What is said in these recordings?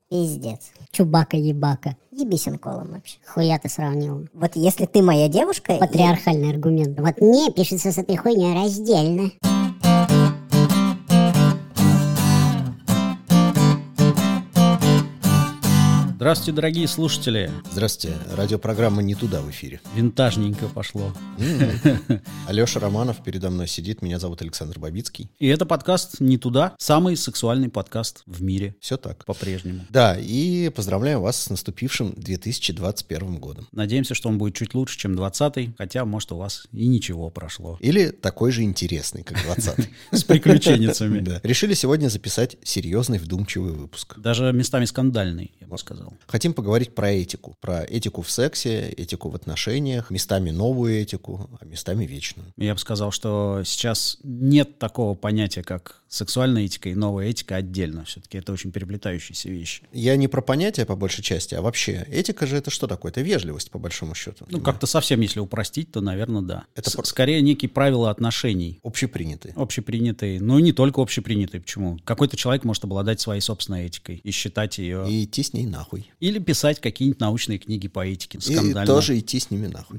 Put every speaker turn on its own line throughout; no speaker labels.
Пиздец.
Чубака-ебака.
Ебисин колом вообще.
Хуя ты сравнил.
Вот если ты моя девушка...
Патриархальный аргумент. Вот не пишется с этой хуйней раздельно.
Здравствуйте, дорогие слушатели.
Здравствуйте. Радиопрограмма «Не туда» в эфире.
Винтажненько пошло.
Алеша Романов передо мной сидит. Меня зовут Александр Бабицкий.
И это подкаст «Не туда». Самый сексуальный подкаст в мире.
Все так.
По-прежнему.
Да, и поздравляю вас с наступившим 2021 годом.
Надеемся, что он будет чуть лучше, чем 2020, хотя, может, у вас и ничего прошло.
Или такой же интересный, как 20-й.
С приключенницами.
Да. Решили сегодня записать серьезный, вдумчивый выпуск.
Даже местами скандальный, я бы сказал.
Хотим поговорить про этику. Про этику в сексе, этику в отношениях, местами новую этику, а местами вечную.
Я бы сказал, что сейчас нет такого понятия, как сексуальная этика и новая этика отдельно. Все-таки это очень переплетающиеся вещи.
Я не про понятия по большей части, а вообще этика же это что такое? Это вежливость, по большому счету.
Ну, как-то совсем, если упростить, то, наверное, да.
Это
скорее некие правила отношений.
Общепринятые.
Общепринятые. Ну, и не только общепринятые. Почему? Какой-то человек может обладать своей собственной этикой и считать ее...
И идти с ней нахуй.
Или писать какие-нибудь научные книги по этике. Скандально.
И тоже идти с ними нахуй.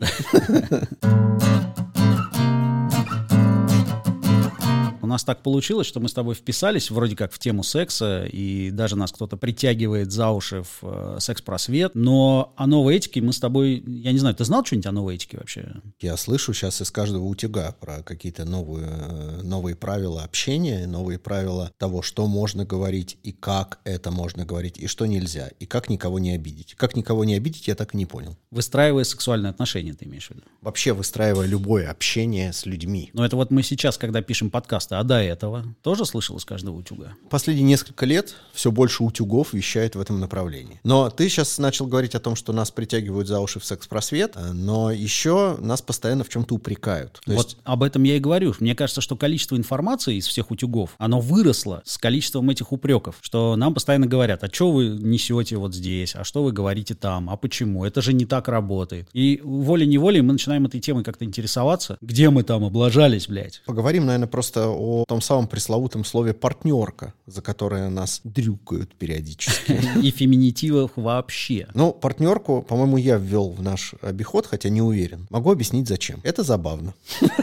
У нас так получилось, что мы с тобой вписались вроде как в тему секса, и даже нас кто-то притягивает за уши в секс-просвет, но о новой этике мы с тобой... Я не знаю, ты знал что-нибудь о новой этике вообще?
Я слышу сейчас из каждого утюга про какие-то новые правила общения, новые правила того, что можно говорить и как это можно говорить, и что нельзя, и как никого не обидеть. Как никого не обидеть, я так и не понял.
Выстраивая сексуальные отношения, ты имеешь в виду?
Вообще выстраивая любое общение с людьми.
Но это вот мы сейчас, когда пишем подкасты, а до этого тоже слышал из каждого утюга?
Последние несколько лет все больше утюгов вещает в этом направлении. Но ты сейчас начал говорить о том, что нас притягивают за уши в секс-просвет, но еще нас постоянно в чем-то упрекают.
Вот об этом я и говорю. Мне кажется, что количество информации из всех утюгов, оно выросло с количеством этих упреков, что нам постоянно говорят, а что вы несете вот здесь, а что вы говорите там, а почему, это же не так работает. И волей-неволей мы начинаем этой темой как-то интересоваться. Где мы там облажались, блядь?
Поговорим, наверное, просто о том самом пресловутом слове «партнерка», за которое нас дрюкают периодически.
И феминитивах вообще.
Ну, партнерку, по-моему, я ввел в наш обиход, хотя не уверен. Могу объяснить, зачем. Это забавно.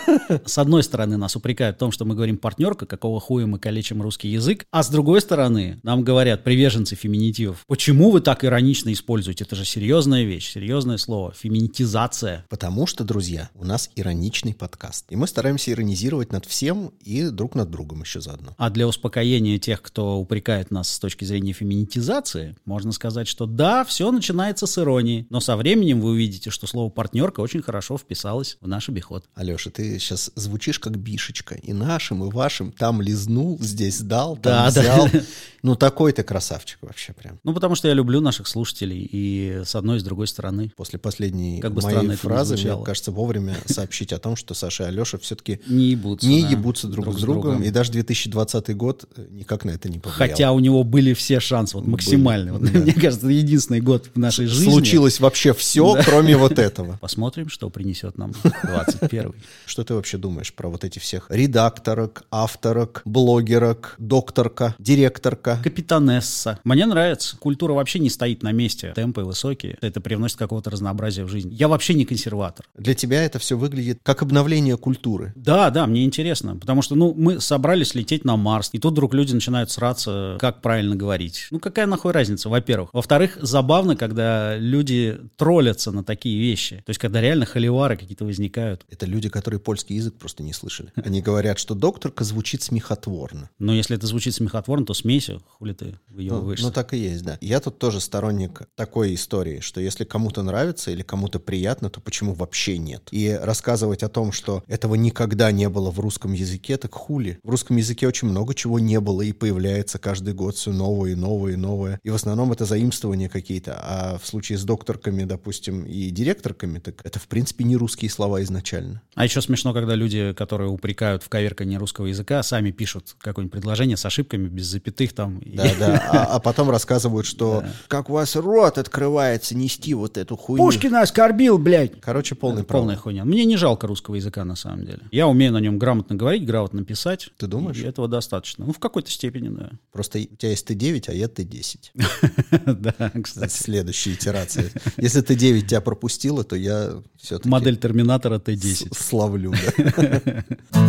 С одной стороны, нас упрекают в том, что мы говорим «партнерка», какого хуя мы калечим русский язык, а с другой стороны, нам говорят приверженцы феминитивов, почему вы так иронично используете? Это же серьезная вещь, серьезное слово. Феминитизация.
Потому что, друзья, у нас ироничный подкаст. И мы стараемся иронизировать над всем и друг над другом еще заодно.
А для успокоения тех, кто упрекает нас с точки зрения феминитизации, можно сказать, что да, все начинается с иронии, но со временем вы увидите, что слово «партнерка» очень хорошо вписалось в наш обиход.
Алеша, ты сейчас звучишь как бишечка. И нашим, и вашим. Там лизнул, здесь дал, там взял. Да. Ну, такой ты красавчик вообще прям.
Ну, потому что я люблю наших слушателей и с одной и с другой стороны.
После последней моей фразы, мне кажется, вовремя сообщить о том, что Саша и Алеша все-таки не ебутся друг с другом. И даже 2020 год никак на это не повлиял.
Хотя у него были все шансы, вот максимальные. Вот, да. Мне кажется, это единственный год в нашей жизни.
Случилось вообще все, да, кроме вот этого.
Посмотрим, что принесет нам 21-й.
Что ты вообще думаешь про вот эти всех редакторок, авторок, блогерок, докторка, директорка?
Капитанесса. Мне нравится. Культура вообще не стоит на месте. Темпы высокие. Это привносит какого-то разнообразия в жизнь. Я вообще не консерватор.
Для тебя это все выглядит как обновление культуры.
Да, мне интересно. Потому что, мы собрались лететь на Марс, и тут вдруг люди начинают сраться, как правильно говорить. Какая нахуй разница, во-первых. Во-вторых, забавно, когда люди троллятся на такие вещи. То есть, когда реально холивары какие-то возникают.
Это люди, которые польский язык просто не слышали. Они говорят, что докторка звучит смехотворно.
Но если это звучит смехотворно, то смейся, хули ты выебываешься.
Ну, так и есть, да. Я тут тоже сторонник такой истории, что если кому-то нравится или кому-то приятно, то почему вообще нет? И рассказывать о том, что этого никогда не было в русском языке, так хули. В русском языке очень много чего не было и появляется каждый год все новое и новое и новое. И в основном это заимствования какие-то. А в случае с докторками, допустим, и директорками, так это, в принципе, не русские слова изначально.
А еще смешно, когда люди, которые упрекают в коверкании русского языка, сами пишут какое-нибудь предложение с ошибками, без запятых там.
Да. А потом рассказывают, что как у вас рот открывается нести вот эту хуйню.
Пушкина оскорбил, блядь.
Короче, полная
хуйня. Мне не жалко русского языка, на самом деле. Я умею на нем грамотно говорить, грамотно написать.
Ты думаешь?
И этого достаточно. Ну, в какой-то степени, да.
Просто у тебя есть Т9, а я Т10.
Да, кстати.
Следующая итерация. Если Т9 тебя пропустила, то я все-таки...
Модель Терминатора Т10.
Славлю, да.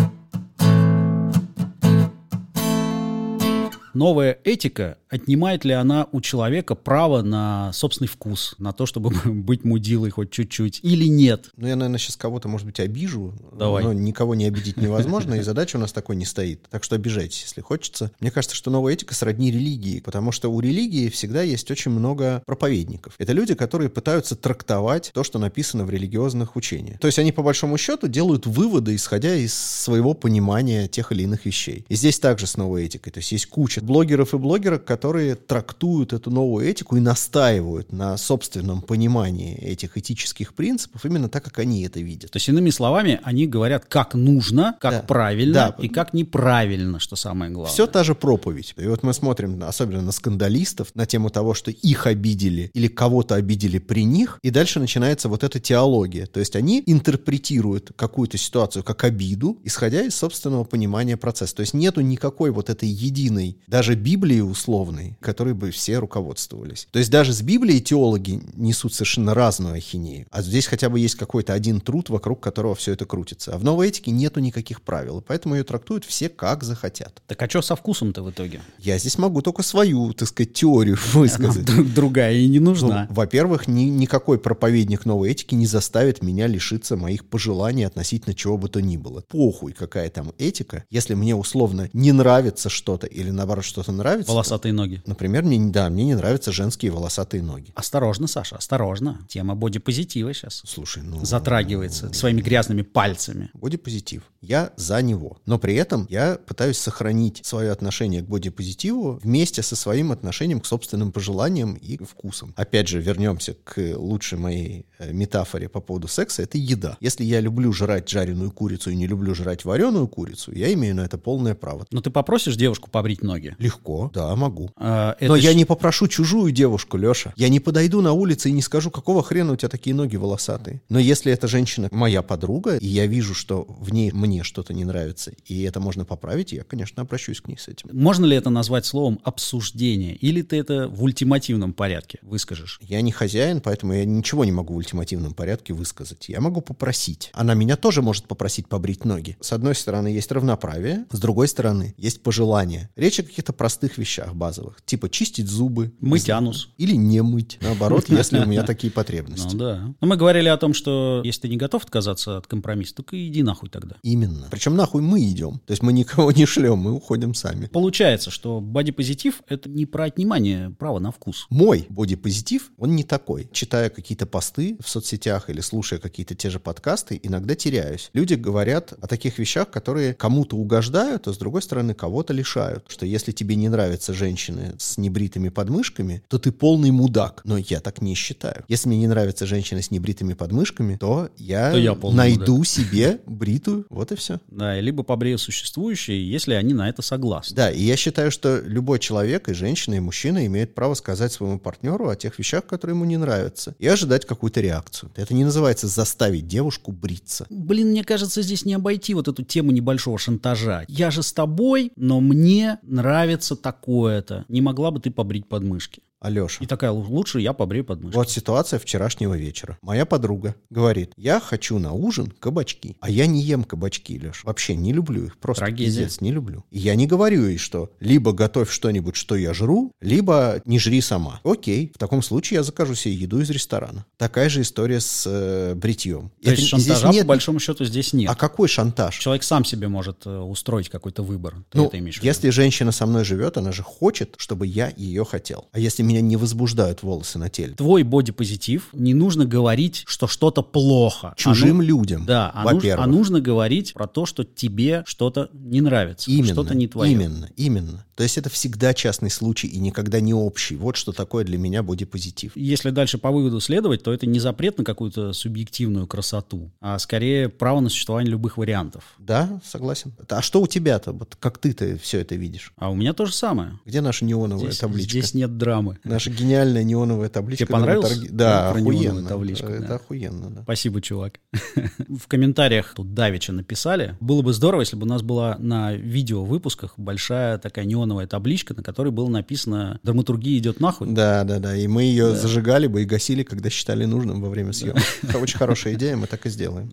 Новая этика, отнимает ли она у человека право на собственный вкус, на то, чтобы быть мудилой хоть чуть-чуть, или нет?
Ну, я, наверное, сейчас кого-то, может быть, обижу.
Давай.
Но никого не обидеть невозможно, и задача у нас такой не стоит. Так что обижайтесь, если хочется. Мне кажется, что новая этика сродни религии, потому что у религии всегда есть очень много проповедников. Это люди, которые пытаются трактовать то, что написано в религиозных учениях. То есть они, по большому счету, делают выводы, исходя из своего понимания тех или иных вещей. И здесь также с новой этикой. То есть есть куча блогеров и блогерок, которые трактуют эту новую этику и настаивают на собственном понимании этих этических принципов именно так, как они это видят.
То есть, иными словами, они говорят, как нужно, как
Да.
правильно
Да.
и как неправильно, что самое главное.
Все та же проповедь. И вот мы смотрим, особенно на скандалистов, на тему того, что их обидели или кого-то обидели при них, и дальше начинается вот эта теология. То есть они интерпретируют какую-то ситуацию как обиду, исходя из собственного понимания процесса. То есть нету никакой вот этой единой, даже Библии условной, которой бы все руководствовались. То есть даже с Библией теологи несут совершенно разную ахинею. А здесь хотя бы есть какой-то один труд, вокруг которого все это крутится. А в новой этике нету никаких правил, и поэтому ее трактуют все как захотят.
Так а что со вкусом-то в итоге?
Я здесь могу только свою, так сказать, теорию высказать.
Другая и не нужна.
Ну, во-первых, никакой проповедник новой этики не заставит меня лишиться моих пожеланий относительно чего бы то ни было. Похуй, какая там этика. Если мне условно не нравится что-то или наоборот что-то нравится.
Волосатые ноги.
Например, мне не нравятся женские волосатые ноги.
Осторожно, Саша, осторожно. Тема бодипозитива сейчас
Слушай, ну...
затрагивается своими грязными пальцами.
Бодипозитив. Я за него. Но при этом я пытаюсь сохранить свое отношение к бодипозитиву вместе со своим отношением к собственным пожеланиям и вкусам. Опять же, вернемся к лучшей моей метафоре по поводу секса. Это еда. Если я люблю жрать жареную курицу и не люблю жрать вареную курицу, я имею на это полное право.
Но ты попросишь девушку побрить ноги?
Легко, да, могу.
Это
Но я не попрошу чужую девушку, Леша. Я не подойду на улице и не скажу, какого хрена у тебя такие ноги волосатые. Но если эта женщина моя подруга, и я вижу, что в ней мне что-то не нравится, и это можно поправить, я, конечно, обращусь к ней с этим.
Можно ли это назвать словом обсуждение? Или ты это в ультимативном порядке выскажешь?
Я не хозяин, поэтому я ничего не могу в ультимативном порядке высказать. Я могу попросить. Она меня тоже может попросить побрить ноги. С одной стороны, есть равноправие, с другой стороны, есть пожелание. Речь о каких-то простых вещах базовых, типа чистить зубы.
Мыть анус.
Или не мыть, наоборот, если у меня такие потребности.
Ну да. Но мы говорили о том, что если ты не готов отказаться от компромисса, так и иди нахуй тогда.
Именно. Причем нахуй мы идем. То есть мы никого не шлем, мы уходим сами.
Получается, что бодипозитив — это не про отнимание права на вкус.
Мой бодипозитив, он не такой. Читая какие-то посты в соцсетях или слушая какие-то те же подкасты, иногда теряюсь. Люди говорят о таких вещах, которые кому-то угождают, а с другой стороны кого-то лишают. Что если тебе не нравятся женщины с небритыми подмышками, то ты полный мудак. Но я так не считаю. Если мне не нравятся женщины с небритыми подмышками, то я
полный
найду себе бритую. Вот и все.
Да, либо побрею существующие, если они на это согласны.
Да, и я считаю, что любой человек, и женщина, и мужчина, имеет право сказать своему партнеру о тех вещах, которые ему не нравятся, и ожидать какую-то реакцию. Это не называется заставить девушку бриться.
Блин, мне кажется, здесь не обойти вот эту тему небольшого шантажа. Я же с тобой, но мне нравится такое-то. Не могла бы ты побрить подмышки?
Алеша.
И такая, лучше я побрею подмышки.
Вот ситуация вчерашнего вечера. Моя подруга говорит, я хочу на ужин кабачки. А я не ем кабачки, Леш. Вообще не люблю их. Просто
Трагедия.
пиздец, не люблю. И я не говорю ей, что либо готовь что-нибудь, что я жру, либо не жри сама. Окей, в таком случае я закажу себе еду из ресторана. Такая же история с бритьем.
То есть
здесь
шантажа,
нет...
по большому счету, здесь нет.
А какой шантаж?
Человек сам себе может устроить какой-то выбор. Ты
Ну,
это имеешь в виду?
если женщина со мной живет, она же хочет, чтобы я ее хотел. А если меня не возбуждают волосы на теле?
Твой бодипозитив, не нужно говорить, что что-то плохо.
Чужим людям,
Да,
во-первых.
а нужно говорить про то, что тебе что-то не нравится,
Именно,
что-то не твое.
Именно. То есть это всегда частный случай и никогда не общий. Вот что такое для меня бодипозитив.
Если дальше по выводу следовать, то это не запрет на какую-то субъективную красоту, а скорее право на существование любых вариантов.
Да, согласен. А что у тебя-то? Вот как ты-то все это видишь?
А у меня то же самое.
Где наша неоновая табличка?
Здесь нет драмы.
Наша гениальная неоновая табличка.
Тебе понравилось?
Да,
Про неоновую
охуенно.
табличку,
Это
да.
охуенно, да.
Спасибо, чувак. В комментариях тут давеча написали. Было бы здорово, если бы у нас была на видео-выпусках большая такая неоновая табличка, на которой было написано «Драматургия идет нахуй».
Да. И мы ее зажигали бы и гасили, когда считали нужным во время съемок. Это очень хорошая идея, мы так и сделаем.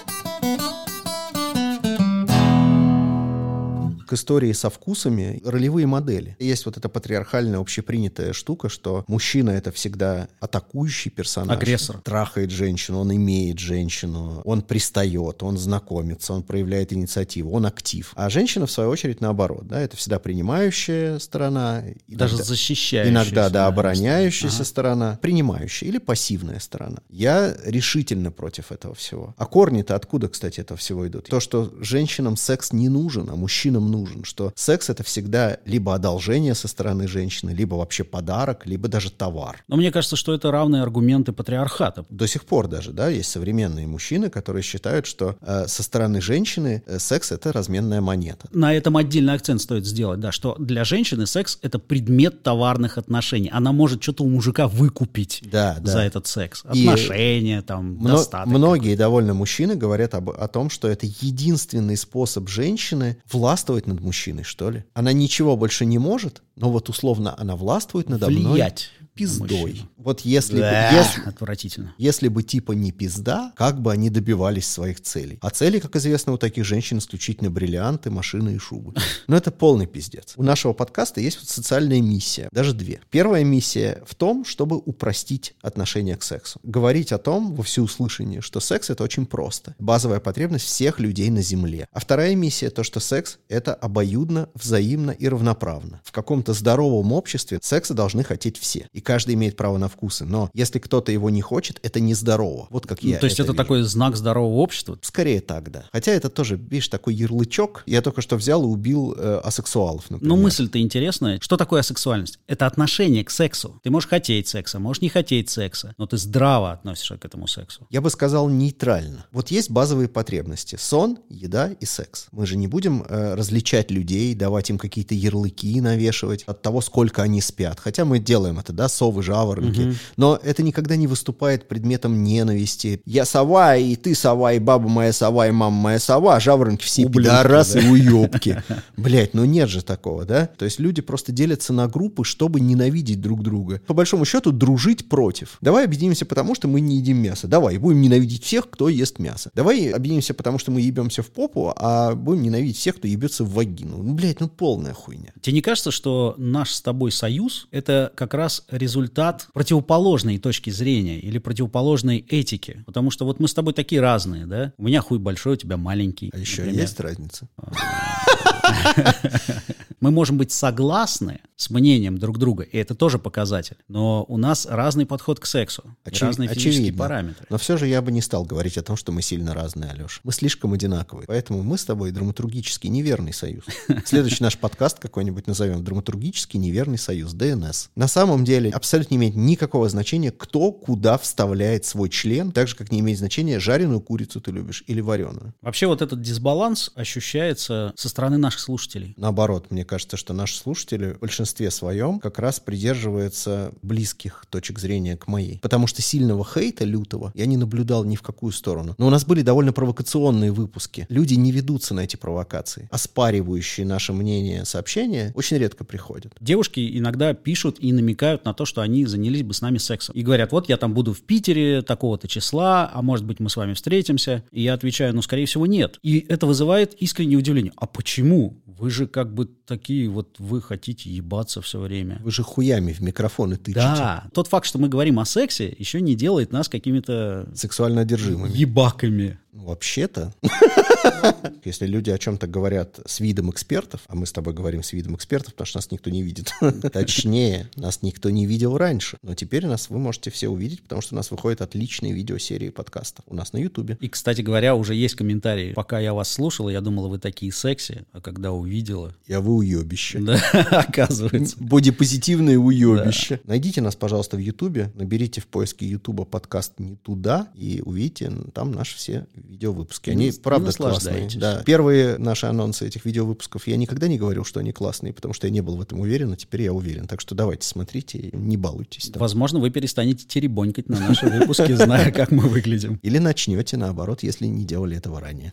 К истории со вкусами ролевые модели. Есть вот эта патриархальная общепринятая штука, что мужчина — это всегда атакующий персонаж.
Агрессор.
Трахает женщину, он имеет женщину, он пристает, он знакомится, он проявляет инициативу, он актив. А женщина, в свою очередь, наоборот. Да, это всегда принимающая сторона.
Даже защищающаяся.
Иногда, да, обороняющаяся сторона, принимающая или пассивная сторона. Я решительно против этого всего. А корни-то откуда, кстати, этого всего идут? То, что женщинам секс не нужен, а мужчинам нужен. Что секс — это всегда либо одолжение со стороны женщины, либо вообще подарок, либо даже товар.
Но мне кажется, что это равные аргументы патриархата.
До сих пор даже, да, есть современные мужчины, которые считают, что со стороны женщины секс — это разменная монета.
На этом отдельный акцент стоит сделать, да, что для женщины секс — это предмет товарных отношений. Она может что-то у мужика выкупить за этот секс. Отношения, там, достаток.
Многие довольно мужчины говорят о том, что это единственный способ женщины властвовать над мужчиной, что ли. Она ничего больше не может, но вот условно она властвует надо мной.
Влиять.
Пиздой. Вот если
отвратительно.
Если бы типа не пизда, как бы они добивались своих целей. А цели, как известно, у таких женщин исключительно бриллианты, машины и шубы. Но это полный пиздец. У нашего подкаста есть вот социальная миссия, даже две. Первая миссия в том, чтобы упростить отношение к сексу. Говорить о том во всеуслышание, что секс — это очень просто. Базовая потребность всех людей на Земле. А вторая миссия — то, что секс — это обоюдно, взаимно и равноправно. В каком-то здоровом обществе секса должны хотеть все. И каждый имеет право на вкусы. Но если кто-то его не хочет, это нездорово. Вот как я
то есть это
вижу.
такой знак здорового общества?
Скорее так, да. Хотя это тоже, видишь, такой ярлычок. Я только что взял и убил асексуалов, например.
Но мысль-то интересная. Что такое асексуальность? Это отношение к сексу. Ты можешь хотеть секса, можешь не хотеть секса, но ты здраво относишься к этому сексу.
Я бы сказал нейтрально. Вот есть базовые потребности. Сон, еда и секс. Мы же не будем различать людей, давать им какие-то ярлыки навешивать от того, сколько они спят. Хотя мы делаем это, да, совы, жаворонки. Но это никогда не выступает предметом ненависти. Я сова, и ты сова, и баба моя сова, и мама моя сова, жаворонки все пидорасы и уебки. Блять, ну нет же такого, да? То есть люди просто делятся на группы, чтобы ненавидеть друг друга. По большому счету, дружить против. Давай объединимся, потому что мы не едим мясо. Давай, будем ненавидеть всех, кто ест мясо. Давай объединимся, потому что мы ебемся в попу, а будем ненавидеть всех, кто ебется в вагину. Ну, блять, ну полная хуйня.
Тебе не кажется, что наш с тобой союз — это как раз результат противоположной точки зрения или противоположной этики? Потому что вот мы с тобой такие разные, да? У меня хуй большой, у тебя маленький.
А еще
например.
есть разница?
Мы можем быть согласны с мнением друг друга, и это тоже показатель. Но у нас разный подход к сексу, разные физические параметры.
Но все же я бы не стал говорить о том, что мы сильно разные, Алеша. Мы слишком одинаковые. Поэтому мы с тобой драматургически неверный союз. Следующий наш подкаст какой-нибудь назовем «Драматургически неверный союз», ДНС. На самом деле абсолютно не имеет никакого значения, кто куда вставляет свой член, так же, как не имеет значения, жареную курицу ты любишь или вареную.
Вообще вот этот дисбаланс ощущается со стороны наших слушателей.
Наоборот, мне кажется, что наши слушатели в большинстве своем как раз придерживаются близких точек зрения к моей. Потому что сильного хейта лютого я не наблюдал ни в какую сторону. Но у нас были довольно провокационные выпуски. Люди не ведутся на эти провокации. Оспаривающие наше мнение сообщения очень редко приходят.
Девушки иногда пишут и намекают на то, что они занялись бы с нами сексом. И говорят, вот я там буду в Питере такого-то числа, а может быть мы с вами встретимся. И я отвечаю, ну, скорее всего, нет. И это вызывает искреннее удивление. А почему? Вы же как бы такие вот, вы хотите ебаться все время.
Вы же хуями в микрофоны тычете.
Да, тот факт, что мы говорим о сексе, еще не делает нас какими-то
сексуально одержимыми.
Ебаками.
Вообще-то, если люди о чем-то говорят с видом экспертов, а мы с тобой говорим с видом экспертов, потому что нас никто не видит. Точнее, нас никто не видел раньше. Но теперь нас вы можете все увидеть, потому что у нас выходят отличные видеосерии подкастов. У нас на Ютубе.
И, кстати говоря, уже есть комментарии. Пока я вас слушала, я думала, вы такие секси, а когда увидела...
Я вы уебище.
Да, оказывается.
Бодипозитивные уебище. Найдите нас, пожалуйста, в Ютубе, наберите в поиске Ютуба подкаст «Не туда» и увидите там наши все видеовыпуски. Они, правда, классные.
наслаждаетесь.
Да. Первые наши анонсы этих видеовыпусков я никогда не говорил, что они классные, потому что я не был в этом уверен, а теперь я уверен. Так что давайте, смотрите, не балуйтесь. Там.
Возможно, вы перестанете теребонькать на наши выпуски, зная, как мы выглядим.
Или начнете, наоборот, если не делали этого ранее.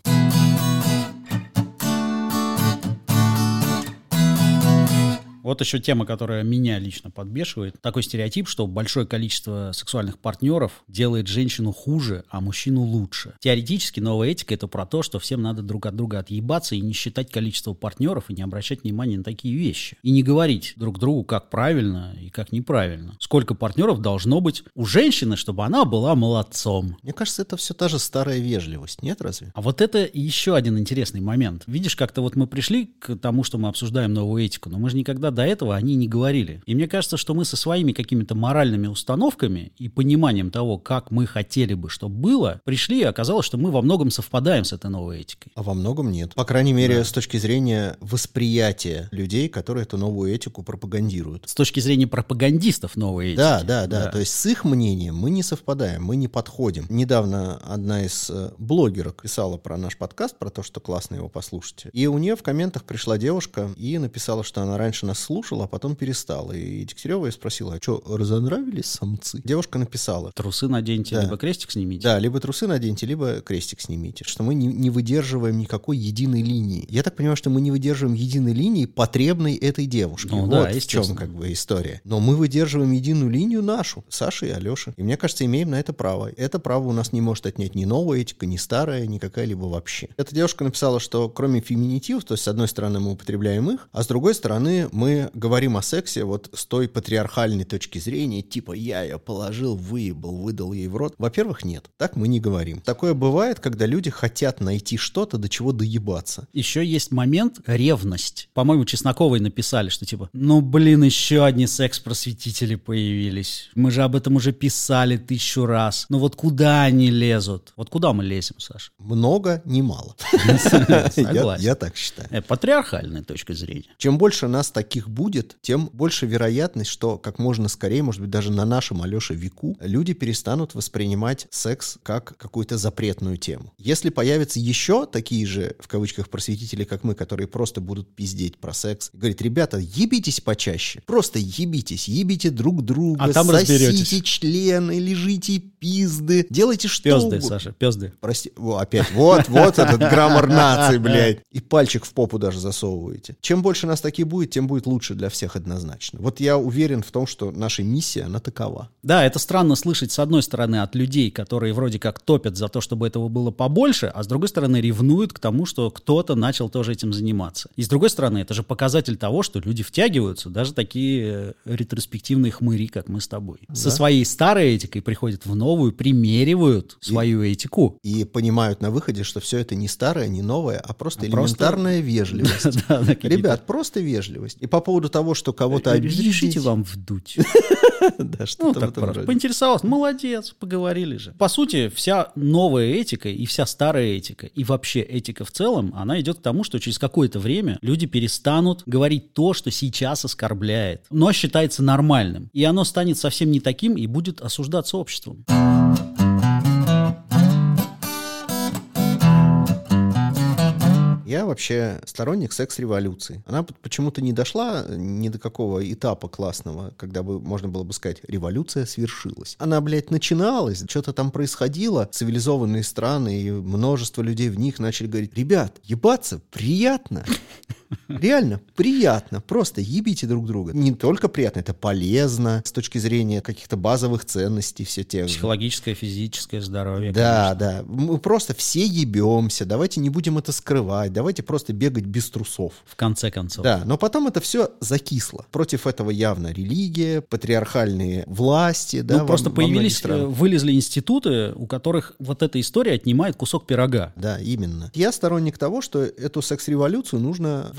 Вот еще тема, которая меня лично подбешивает. Такой стереотип, что большое количество сексуальных партнеров делает женщину хуже, а мужчину лучше. Теоретически новая этика — это про то, что всем надо друг от друга отъебаться и не считать количество партнеров, и не обращать внимания на такие вещи. И не говорить друг другу, как правильно и как неправильно. Сколько партнеров должно быть у женщины, чтобы она была молодцом.
Мне кажется, это все та же старая вежливость, нет разве?
А вот это еще один интересный момент. Видишь, как-то вот мы пришли к тому, что мы обсуждаем новую этику, но мы же никогда до этого они не говорили. И мне кажется, что мы со своими какими-то моральными установками и пониманием того, как мы хотели бы, чтобы было, пришли, и оказалось, что мы во многом совпадаем с этой новой этикой.
А во многом нет. По крайней мере, с точки зрения восприятия людей, которые эту новую этику пропагандируют.
С точки зрения пропагандистов новой этики.
Да. То есть с их мнением мы не совпадаем, мы не подходим. Недавно одна из блогерок писала про наш подкаст, про то, что классно его послушать. И у нее в комментах пришла девушка и написала, что она раньше нас слушала, а потом перестала. И Дегтярева спросила, а что, разонравились самцы? Девушка написала.
Трусы наденьте, либо крестик снимите.
Да, либо трусы наденьте, либо крестик снимите. Что мы не выдерживаем никакой единой линии. Я так понимаю, что мы не выдерживаем единой линии, потребной этой девушке.
Ну,
вот
да,
в чем как бы история. Но мы выдерживаем единую линию нашу, Саши и Алеши. И мне кажется, имеем на это право. Это право у нас не может отнять ни новая этика, ни старая, ни какая-либо вообще. Эта девушка написала, что кроме феминитивов, то есть с одной стороны мы употребляем их, а с другой стороны мы говорим о сексе вот с той патриархальной точки зрения, типа я ее положил, выебал, выдал ей в рот. Во-первых, нет, так мы не говорим. Такое бывает, когда люди хотят найти что-то, до чего доебаться.
Еще есть момент ревность. По-моему, Чесноковой написали, что типа, ну блин, еще одни секс-просветители появились. Мы же об этом уже писали 1000 раз. Ну вот куда они лезут? Вот куда мы лезем, Саша?
Много, не мало.
Согласен.
Я так считаю.
Патриархальная точка зрения.
Чем больше нас таких будет, тем больше вероятность, что как можно скорее, может быть, даже на нашем Алёше веку, люди перестанут воспринимать секс как какую-то запретную тему. Если появятся еще такие же, в кавычках, просветители, как мы, которые просто будут пиздеть про секс, говорить, ребята, ебитесь почаще, просто ебитесь, ебите друг друга,
а там
сосите члены, лежите пизды, делайте что
угодно.
Пизды,
Саша, пизды.
Прости, опять, вот этот граммар нации, блядь. И пальчик в попу даже засовываете. Чем больше нас таких будет, тем будет лучше для всех однозначно. Вот я уверен в том, что наша миссия, она такова.
Да, это странно слышать, с одной стороны, от людей, которые вроде как топят за то, чтобы этого было побольше, а с другой стороны, ревнуют к тому, что кто-то начал тоже этим заниматься. И с другой стороны, это же показатель того, что люди втягиваются, даже такие ретроспективные хмыри, как мы с тобой. Да. Со своей старой этикой приходят в новую, примеривают свою этику.
И понимают на выходе, что все это не старое, не новое, а просто элементарная вежливость. Ребят, просто вежливость. И по поводу того, что кого-то обидеть...
Разрешите вам вдуть.
Да, что-то в этом роде.
Поинтересовался, молодец, поговорили же. По сути, вся новая этика и вся старая этика, и вообще этика в целом, она идет к тому, что через какое-то время люди перестанут говорить то, что сейчас оскорбляет, но считается нормальным. И оно станет совсем не таким и будет осуждаться обществом.
Я вообще сторонник секс-революции. Она почему-то не дошла ни до какого этапа классного, когда бы можно было бы сказать, революция свершилась. Она, блядь, начиналась, что-то там происходило, цивилизованные страны и множество людей в них начали говорить, ребят, ебаться приятно. Реально приятно, просто ебите друг друга. Не только приятно, это полезно с точки зрения каких-то базовых ценностей, все те же.
Психологическое, физическое здоровье.
Да, конечно. Да. Мы просто все ебемся, давайте не будем это скрывать, давайте просто бегать без трусов.
В конце концов.
Да, но потом это все закисло. Против этого явно религия, патриархальные власти.
Ну, да, просто вылезли институты, у которых вот эта история отнимает кусок пирога.
Да, именно. Я сторонник того, что эту секс-революцию нужно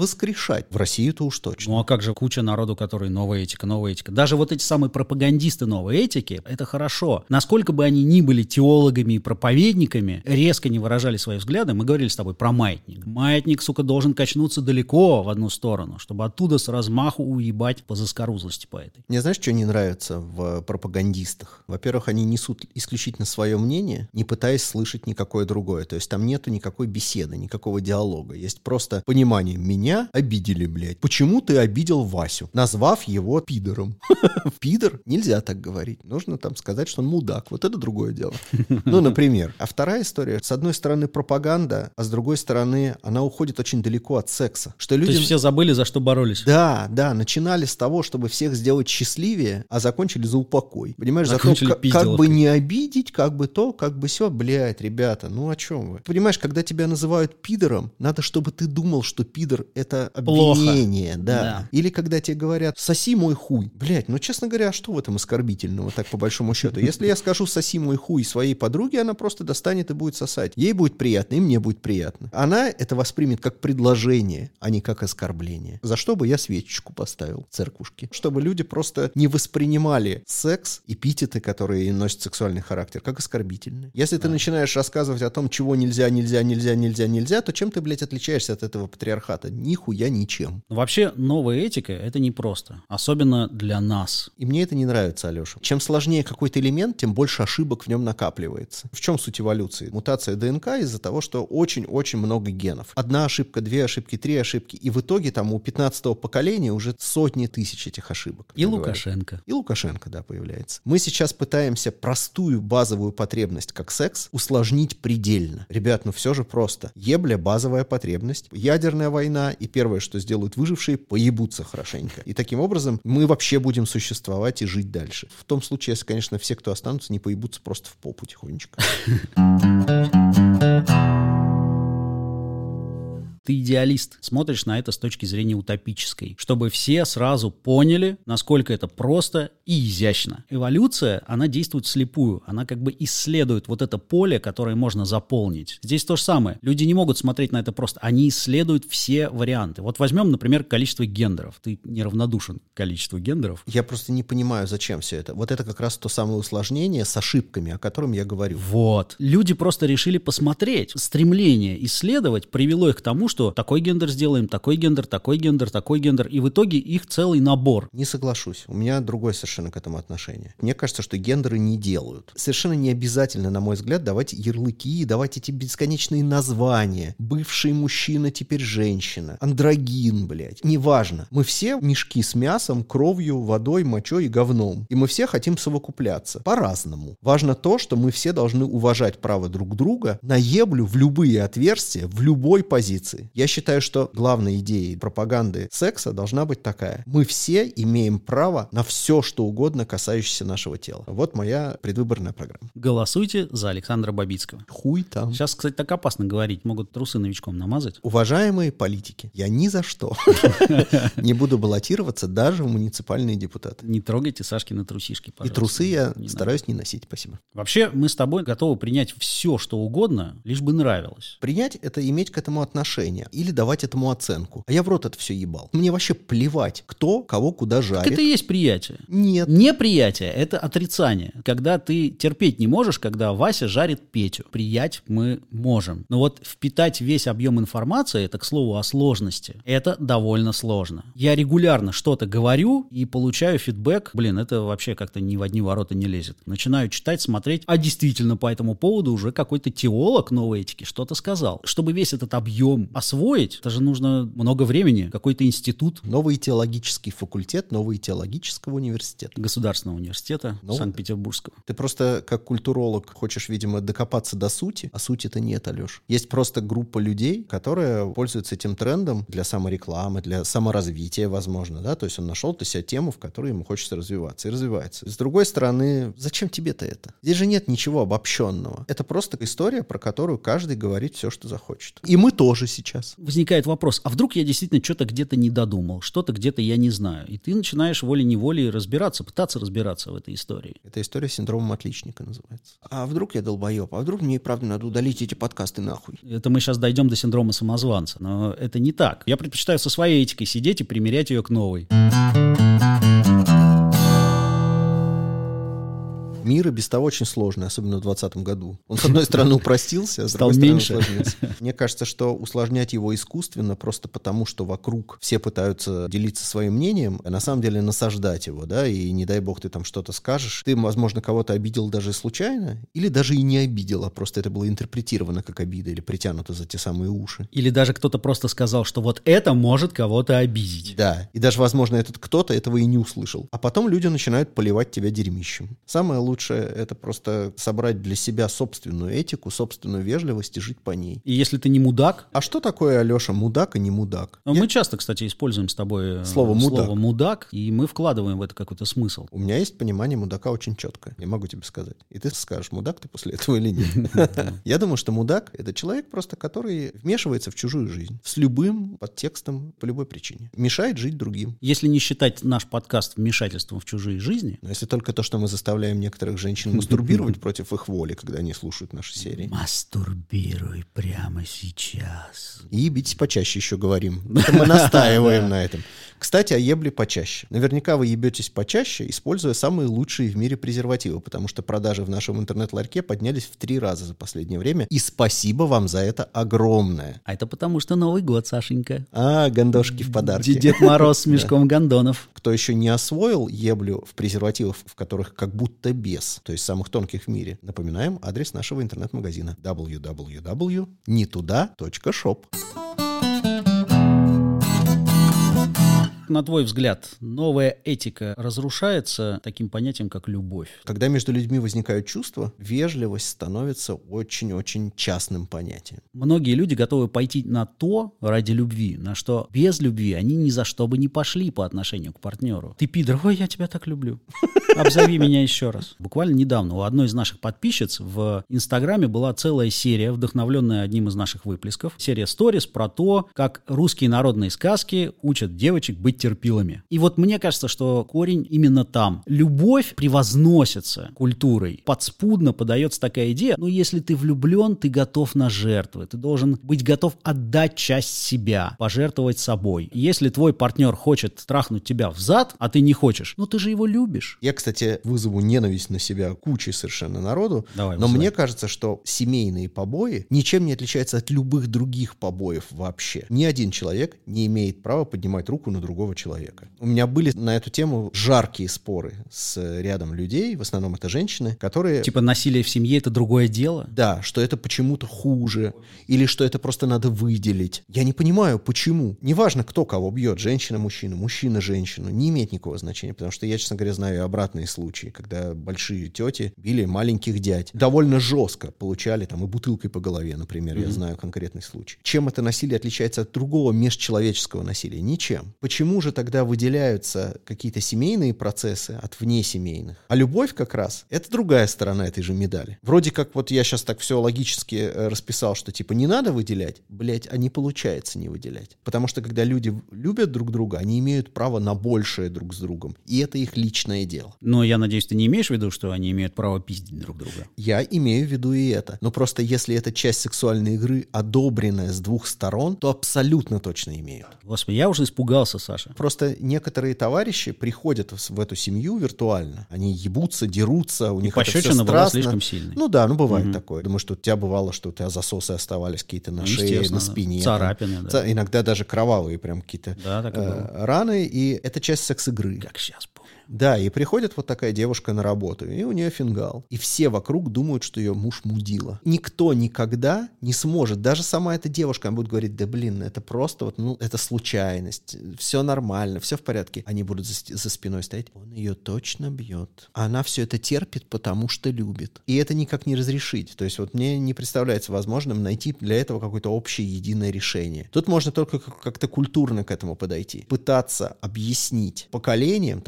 воскрешать. В России-то уж точно.
Ну а как же куча народу, который новая этика, новая этика. Даже вот эти самые пропагандисты новой этики, это хорошо. Насколько бы они ни были теологами и проповедниками, резко не выражали свои взгляды, мы говорили с тобой про маятник. Маятник, сука, должен качнуться далеко в одну сторону, чтобы оттуда с размаху уебать по заскорузлости по этой.
Мне знаешь, что не нравится в пропагандистах? Во-первых, они несут исключительно свое мнение, не пытаясь слышать никакое другое. То есть там нету никакой беседы, никакого диалога. Есть просто понимание: меня обидели, блядь. Почему ты обидел Васю, назвав его пидором? Пидор? Нельзя так говорить. Нужно там сказать, что он мудак. Вот это другое дело. Ну, например. А вторая история. С одной стороны пропаганда, а с другой стороны она уходит очень далеко от секса. Что людям...
То есть все забыли, за что боролись.
Да, начинали с того, чтобы всех сделать счастливее, а закончили за упокой. Понимаешь,
Закончили
за то, как бы
пизделовкой.
не обидеть, как бы то, как бы сё. Блядь, ребята, ну о чем вы? Понимаешь, когда тебя называют пидором, надо, чтобы ты думал, что пидор — это обвинение.
Плохо.
Да. Или когда тебе говорят: соси мой хуй. Блядь, ну честно говоря, а что в этом оскорбительного, так по большому счету? Если я скажу соси мой хуй своей подруге, она просто достанет и будет сосать. Ей будет приятно, и мне будет приятно. Она это воспримет как предложение, а не как оскорбление. За что бы я свечечку поставил в церквушке? Чтобы люди просто не воспринимали секс, эпитеты, которые носят сексуальный характер, как оскорбительные. Если ты начинаешь рассказывать о том, чего нельзя, то чем ты, блядь, отличаешься от этого патриархата? Нихуя ничем.
Вообще, новая этика — это непросто. Особенно для нас.
И мне это не нравится, Алеша. Чем сложнее какой-то элемент, тем больше ошибок в нем накапливается. В чем суть эволюции? Мутация ДНК из-за того, что очень-очень много генов. Одна ошибка, две ошибки, три ошибки. И в итоге там у 15-го поколения уже сотни тысяч этих ошибок.
И Лукашенко.
И Лукашенко, да, появляется. Мы сейчас пытаемся простую базовую потребность, как секс, усложнить предельно. Ребят, ну все же просто. Ебля — базовая потребность. Ядерная война, и первое, что сделают выжившие, поебутся хорошенько. И таким образом мы вообще будем существовать и жить дальше. В том случае, если, конечно, все, кто останутся, не поебутся просто в попу тихонечко.
Ты идеалист, смотришь на это с точки зрения утопической, чтобы все сразу поняли, насколько это просто и изящно. Эволюция, она действует вслепую, она как бы исследует вот это поле, которое можно заполнить. Здесь то же самое. Люди не могут смотреть на это просто, они исследуют все варианты. Вот возьмем, например, количество гендеров. Ты неравнодушен к количеству гендеров.
Я просто не понимаю, зачем все это. Вот это как раз то самое усложнение с ошибками, о котором я говорю.
Вот. Люди просто решили посмотреть. Стремление исследовать привело их к тому, что такой гендер сделаем, такой гендер, такой гендер, такой гендер, и в итоге их целый набор.
Не соглашусь. У меня другое совершенно к этому отношение. Мне кажется, что гендеры не делают. Совершенно не обязательно, на мой взгляд, давать ярлыки, давать эти бесконечные названия. Бывший мужчина, теперь женщина. Андрогин, блядь. Неважно. Мы все мешки с мясом, кровью, водой, мочой и говном. И мы все хотим совокупляться. По-разному. Важно то, что мы все должны уважать право друг друга на еблю в любые отверстия, в любой позиции. Я считаю, что главной идеей пропаганды секса должна быть такая: мы все имеем право на все, что угодно, касающееся нашего тела. Вот моя предвыборная программа.
Голосуйте за Александра Бабицкого.
Хуй там.
Сейчас, кстати, так опасно говорить, могут трусы новичком намазать.
Уважаемые политики, я ни за что не буду баллотироваться даже в муниципальные депутаты.
Не трогайте Сашкины трусишки,
И
пожалуйста.
трусы я
Не
стараюсь не носить. Спасибо.
Вообще, мы с тобой готовы принять все, что угодно, лишь бы нравилось.
Принять — это иметь к этому отношение или давать этому оценку. А я в рот это все ебал. Мне вообще плевать, кто кого куда
Так
жарит.
это и есть приятие.
Нет.
Неприятие — это отрицание. Когда ты терпеть не можешь, когда Вася жарит Петю. Приять мы можем. Но вот впитать весь объем информации, это, к слову, о сложности, это довольно сложно. Я регулярно что-то говорю и получаю фидбэк. Блин, это вообще как-то ни в одни ворота не лезет. Начинаю читать, смотреть, а действительно по этому поводу уже какой-то теолог новой этики что-то сказал. Чтобы весь этот объем освоить, это же нужно много времени, какой-то институт.
Новый теологический факультет, новый теологического университета.
Государственного университета Санкт-Петербургского.
Ты просто как культуролог хочешь, видимо, докопаться до сути, а сути-то нет, Алеш. Есть просто группа людей, которая пользуется этим трендом для саморекламы, для саморазвития, возможно, да, то есть он нашел для себя тему, в которой ему хочется развиваться, и развивается. С другой стороны, зачем тебе-то это? Здесь же нет ничего обобщенного. Это просто история, про которую каждый говорит все, что захочет. И мы тоже сейчас. сейчас.
Возникает вопрос, а вдруг я действительно что-то где-то не додумал, что-то где-то я не знаю. И ты начинаешь волей-неволей разбираться, пытаться разбираться в этой истории.
Это история с синдромом отличника называется. А вдруг я долбоеб? А вдруг мне и правда надо удалить эти подкасты нахуй?
Это мы сейчас дойдем до синдрома самозванца, но это не так. Я предпочитаю со своей этикой сидеть и примерять ее к новой.
Мир и без того очень сложный, особенно в 2020 году. Он, с одной стороны, упростился, а с
Стал
другой стороны,
меньше.
усложнился. Мне кажется, что усложнять его искусственно просто потому, что вокруг все пытаются делиться своим мнением, а на самом деле насаждать его, да, и не дай бог ты там что-то скажешь. Ты, возможно, кого-то обидел даже случайно, или даже и не обидел, а просто это было интерпретировано как обида или притянуто за те самые уши.
Или даже кто-то просто сказал, что вот это может кого-то обидеть.
Да, и даже, возможно, этот кто-то этого и не услышал. А потом люди начинают поливать тебя дерьмищем. Самое лучшее — это просто собрать для себя собственную этику, собственную вежливость и жить по ней.
И если ты не мудак...
А что такое, Алеша, мудак и не мудак?
Мы часто, кстати, используем с тобой
Слово
«мудак», и мы вкладываем в это какой-то смысл.
У меня есть понимание мудака очень четкое, я могу тебе сказать. И ты скажешь, мудак ты после этого или нет. Я думаю, что мудак — это человек просто, который вмешивается в чужую жизнь с любым подтекстом по любой причине. Мешает жить другим.
Если не считать наш подкаст вмешательством в чужие жизни...
Но если только то, что мы заставляем некоторых женщин мастурбировать против их воли, когда они слушают наши серии.
Мастурбируй прямо сейчас.
И ебитесь почаще еще говорим. Это мы настаиваем на этом. Кстати, о ебле почаще. Наверняка вы ебетесь почаще, используя самые лучшие в мире презервативы, потому что продажи в нашем интернет-ларьке поднялись в 3 раза за последнее время. И спасибо вам за это огромное.
А это потому что Новый год, Сашенька.
Гондошки в подарке.
Дед Мороз с мешком гондонов.
Кто еще не освоил еблю в презервативах, в которых как будто без, то есть самых тонких в мире, напоминаем адрес нашего интернет-магазина www.netуда.shop.
На твой взгляд, новая этика разрушается таким понятием, как любовь?
Когда между людьми возникают чувства, вежливость становится очень-очень частным понятием.
Многие люди готовы пойти на то ради любви, на что без любви они ни за что бы не пошли по отношению к партнеру. Ты пидор, ой, я тебя так люблю. Обзови меня еще раз. Буквально недавно у одной из наших подписчиц в Инстаграме была целая серия, вдохновленная одним из наших выплесков. Серия сторис про то, как русские народные сказки учат девочек быть терпилами. И вот мне кажется, что корень именно там. Любовь превозносится культурой. Подспудно подается такая идея, ну если ты влюблен, ты готов на жертвы. Ты должен быть готов отдать часть себя, пожертвовать собой. Если твой партнер хочет трахнуть тебя в зад, а ты не хочешь, ну ты же его любишь.
Я, кстати, вызову ненависть на себя кучей совершенно народу,
Давай,
но
вызывай.
мне кажется, что семейные побои ничем не отличаются от любых других побоев вообще. Ни один человек не имеет права поднимать руку на другого человека. У меня были на эту тему жаркие споры с рядом людей, в основном это женщины, которые...
Типа насилие в семье — это другое дело?
Да, что это почему-то хуже, или что это просто надо выделить. Я не понимаю, почему. Неважно, кто кого бьет, женщина, мужчина, мужчина, женщину, не имеет никакого значения, потому что я, честно говоря, знаю и обратные случаи, когда большие тети били маленьких дядь. Довольно жестко получали там и бутылкой по голове, например, я знаю конкретный случай. Чем это насилие отличается от другого межчеловеческого насилия? Ничем. Почему же тогда выделяются какие-то семейные процессы от внесемейных? А любовь как раз — это другая сторона этой же медали. Вроде как вот я сейчас так все логически расписал, что типа не надо выделять, блять, а не получается не выделять. Потому что когда люди любят друг друга, они имеют право на большее друг с другом. И это их личное дело.
Но я надеюсь, ты не имеешь в виду, что они имеют право пиздить друг друга?
Я имею в виду и это. Но просто если эта часть сексуальной игры одобренная с двух сторон, то абсолютно точно имеют.
Господи, я уже испугался, Саша.
Просто некоторые товарищи приходят в эту семью виртуально. Они ебутся, дерутся, у них это все
Пощечина была
страстно.
слишком сильной.
Ну да, бывает такое. Думаю, что у тебя бывало, что у тебя засосы оставались какие-то на шее,
естественно,
на спине.
царапины,
там.
да.
Иногда даже кровавые прям какие-то
Да, так и было.
раны. И это часть секс-игры.
Как сейчас помню.
Да, и приходит вот такая девушка на работу, и у нее фингал. И все вокруг думают, что ее муж мудила. Никто никогда не сможет, даже сама эта девушка, она будет говорить, да блин, это просто вот, ну, это случайность, все нормально, все в порядке. Они будут за спиной стоять, он ее точно бьет. А она все это терпит, потому что любит. И это никак не разрешить. То есть вот мне не представляется возможным найти для этого какое-то общее единое решение. Тут можно только как-то культурно к этому подойти. Пытаться объяснить поколениям, там, нашим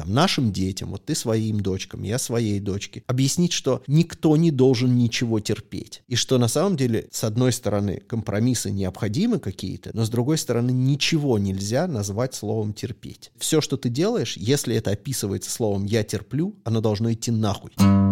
своим детям, вот ты своим дочкам, я своей дочке, объяснить, что никто не должен ничего терпеть. И что на самом деле, с одной стороны, компромиссы необходимы какие-то, но с другой стороны, ничего нельзя назвать словом терпеть. Все, что ты делаешь, если это описывается словом «я терплю», оно должно идти нахуй.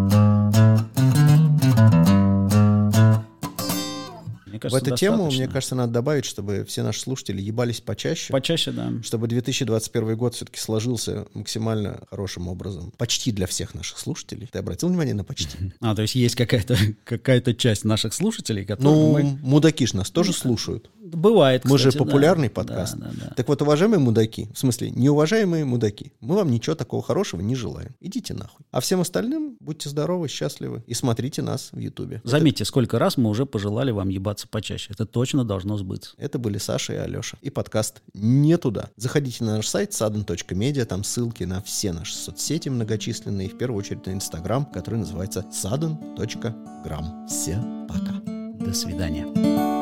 В эту тему, мне кажется, надо добавить, чтобы все наши слушатели ебались почаще.
Почаще, да.
Чтобы 2021 год все-таки сложился максимально хорошим образом. Почти для всех наших слушателей. Ты обратил внимание на почти?
То есть есть какая-то часть наших слушателей, которые...
мудаки ж нас тоже слушают.
Бывает, кстати,
мы же популярный подкаст.
Да.
Так вот, уважаемые мудаки, в смысле, неуважаемые мудаки, мы вам ничего такого хорошего не желаем. Идите нахуй. А всем остальным будьте здоровы, счастливы и смотрите нас в Ютубе.
Заметьте, сколько раз мы уже пожелали вам ебаться почаще. Это точно должно сбыться.
Это были Саша и Алеша. И подкаст «Не туда». Заходите на наш сайт sudden.media, там ссылки на все наши соцсети многочисленные, в первую очередь на Инстаграм, который называется sudden.gram. Все пока.
До свидания.